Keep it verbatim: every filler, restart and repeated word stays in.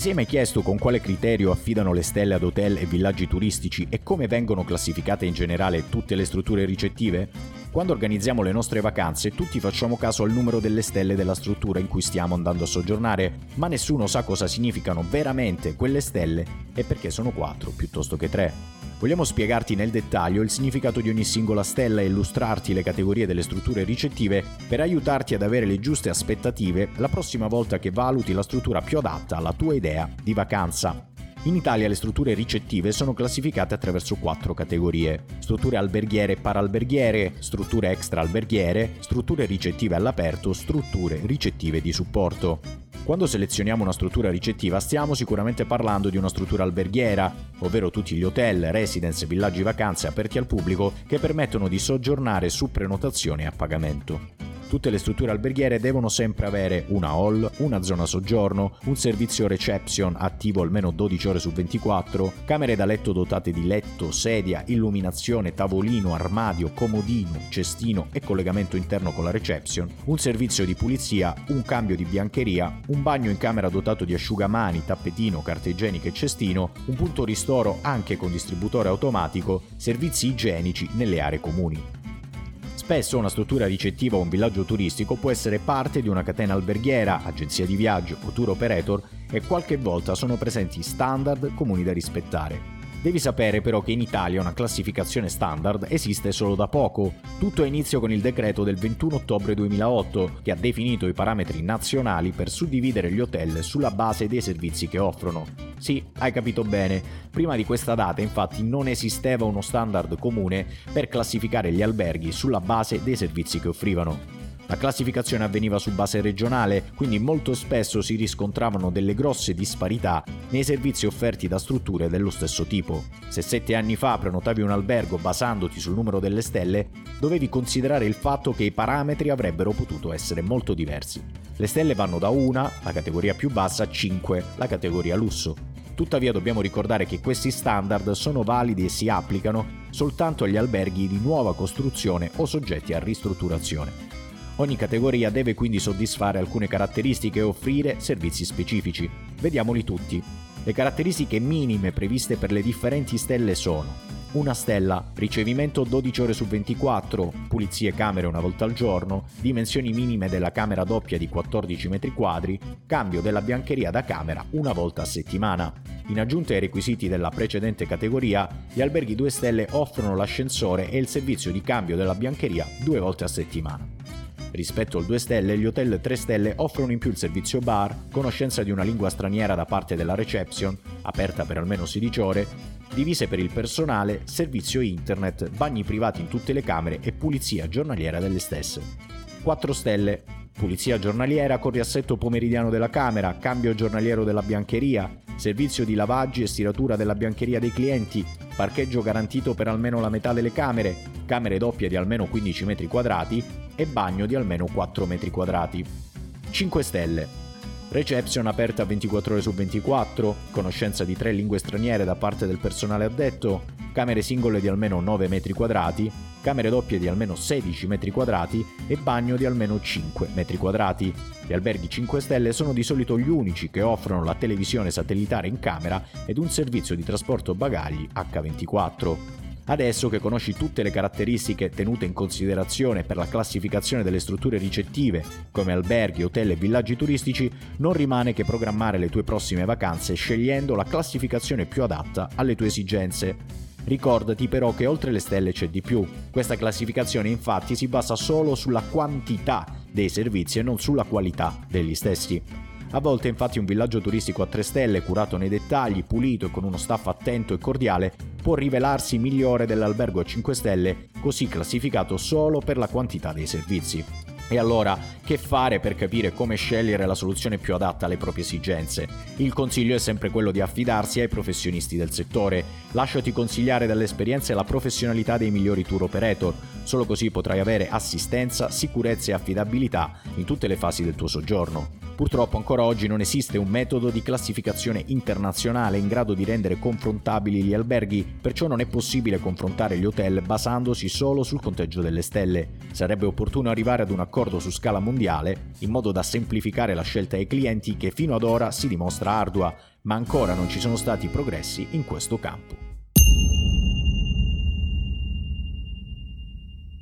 sei mai chiesto con quale criterio affidano le stelle ad hotel e villaggi turistici e come vengono classificate in generale tutte le strutture ricettive? Quando organizziamo le nostre vacanze tutti facciamo caso al numero delle stelle della struttura in cui stiamo andando a soggiornare, ma nessuno sa cosa significano veramente quelle stelle e perché sono quattro piuttosto che tre. Vogliamo spiegarti nel dettaglio il significato di ogni singola stella e illustrarti le categorie delle strutture ricettive per aiutarti ad avere le giuste aspettative la prossima volta che valuti la struttura più adatta alla tua idea di vacanza. In Italia le strutture ricettive sono classificate attraverso quattro categorie: strutture alberghiere e paralberghiere, strutture extraalberghiere, strutture ricettive all'aperto, strutture ricettive di supporto. Quando selezioniamo una struttura ricettiva stiamo sicuramente parlando di una struttura alberghiera, ovvero tutti gli hotel, residence e villaggi vacanze aperti al pubblico che permettono di soggiornare su prenotazione e a pagamento. Tutte le strutture alberghiere devono sempre avere una hall, una zona soggiorno, un servizio reception attivo almeno dodici ore su ventiquattro, camere da letto dotate di letto, sedia, illuminazione, tavolino, armadio, comodino, cestino e collegamento interno con la reception, un servizio di pulizia, un cambio di biancheria, un bagno in camera dotato di asciugamani, tappetino, carta igienica e cestino, un punto ristoro anche con distributore automatico, servizi igienici nelle aree comuni. Spesso una struttura ricettiva o un villaggio turistico può essere parte di una catena alberghiera, agenzia di viaggio o tour operator e qualche volta sono presenti standard comuni da rispettare. Devi sapere però che in Italia una classificazione standard esiste solo da poco. Tutto ha inizio con il decreto del ventuno ottobre duemilaotto che ha definito i parametri nazionali per suddividere gli hotel sulla base dei servizi che offrono. Sì, hai capito bene. Prima di questa data infatti non esisteva uno standard comune per classificare gli alberghi sulla base dei servizi che offrivano. La classificazione avveniva su base regionale, quindi molto spesso si riscontravano delle grosse disparità nei servizi offerti da strutture dello stesso tipo. Se sette anni fa prenotavi un albergo basandoti sul numero delle stelle, dovevi considerare il fatto che i parametri avrebbero potuto essere molto diversi. Le stelle vanno da una, la categoria più bassa, a cinque, la categoria lusso. Tuttavia dobbiamo ricordare che questi standard sono validi e si applicano soltanto agli alberghi di nuova costruzione o soggetti a ristrutturazione. Ogni categoria deve quindi soddisfare alcune caratteristiche e offrire servizi specifici. Vediamoli tutti. Le caratteristiche minime previste per le differenti stelle sono: una stella, ricevimento dodici ore su ventiquattro, pulizie camere una volta al giorno, dimensioni minime della camera doppia di quattordici metri quadri, cambio della biancheria da camera una volta a settimana. In aggiunta ai requisiti della precedente categoria, gli alberghi due stelle offrono l'ascensore e il servizio di cambio della biancheria due volte a settimana. Rispetto al due stelle, gli hotel tre stelle offrono in più il servizio bar, conoscenza di una lingua straniera da parte della reception, aperta per almeno sedici ore, divise per il personale, servizio internet, bagni privati in tutte le camere e pulizia giornaliera delle stesse. quattro stelle, pulizia giornaliera con riassetto pomeridiano della camera, cambio giornaliero della biancheria, servizio di lavaggi e stiratura della biancheria dei clienti, parcheggio garantito per almeno la metà delle camere, camere doppie di almeno quindici metri quadrati e bagno di almeno quattro metri quadrati. cinque stelle. Reception aperta ventiquattro ore su ventiquattro, conoscenza di tre lingue straniere da parte del personale addetto, camere singole di almeno nove metri quadrati, camere doppie di almeno sedici metri quadrati e bagno di almeno cinque metri quadrati. Gli alberghi cinque stelle sono di solito gli unici che offrono la televisione satellitare in camera ed un servizio di trasporto bagagli acca ventiquattro. Adesso che conosci tutte le caratteristiche tenute in considerazione per la classificazione delle strutture ricettive, come alberghi, hotel e villaggi turistici, non rimane che programmare le tue prossime vacanze scegliendo la classificazione più adatta alle tue esigenze. Ricordati però che oltre le stelle c'è di più. Questa classificazione infatti si basa solo sulla quantità dei servizi e non sulla qualità degli stessi. A volte infatti un villaggio turistico a tre stelle, curato nei dettagli, pulito e con uno staff attento e cordiale, può rivelarsi migliore dell'albergo a cinque stelle, così classificato solo per la quantità dei servizi. E allora, che fare per capire come scegliere la soluzione più adatta alle proprie esigenze? Il consiglio è sempre quello di affidarsi ai professionisti del settore. Lasciati consigliare dall'esperienza e la professionalità dei migliori tour operator. Solo così potrai avere assistenza, sicurezza e affidabilità in tutte le fasi del tuo soggiorno. Purtroppo ancora oggi non esiste un metodo di classificazione internazionale in grado di rendere confrontabili gli alberghi, perciò non è possibile confrontare gli hotel basandosi solo sul conteggio delle stelle. Sarebbe opportuno arrivare ad un accordo su scala mondiale in modo da semplificare la scelta ai clienti che fino ad ora si dimostra ardua, ma ancora non ci sono stati progressi in questo campo.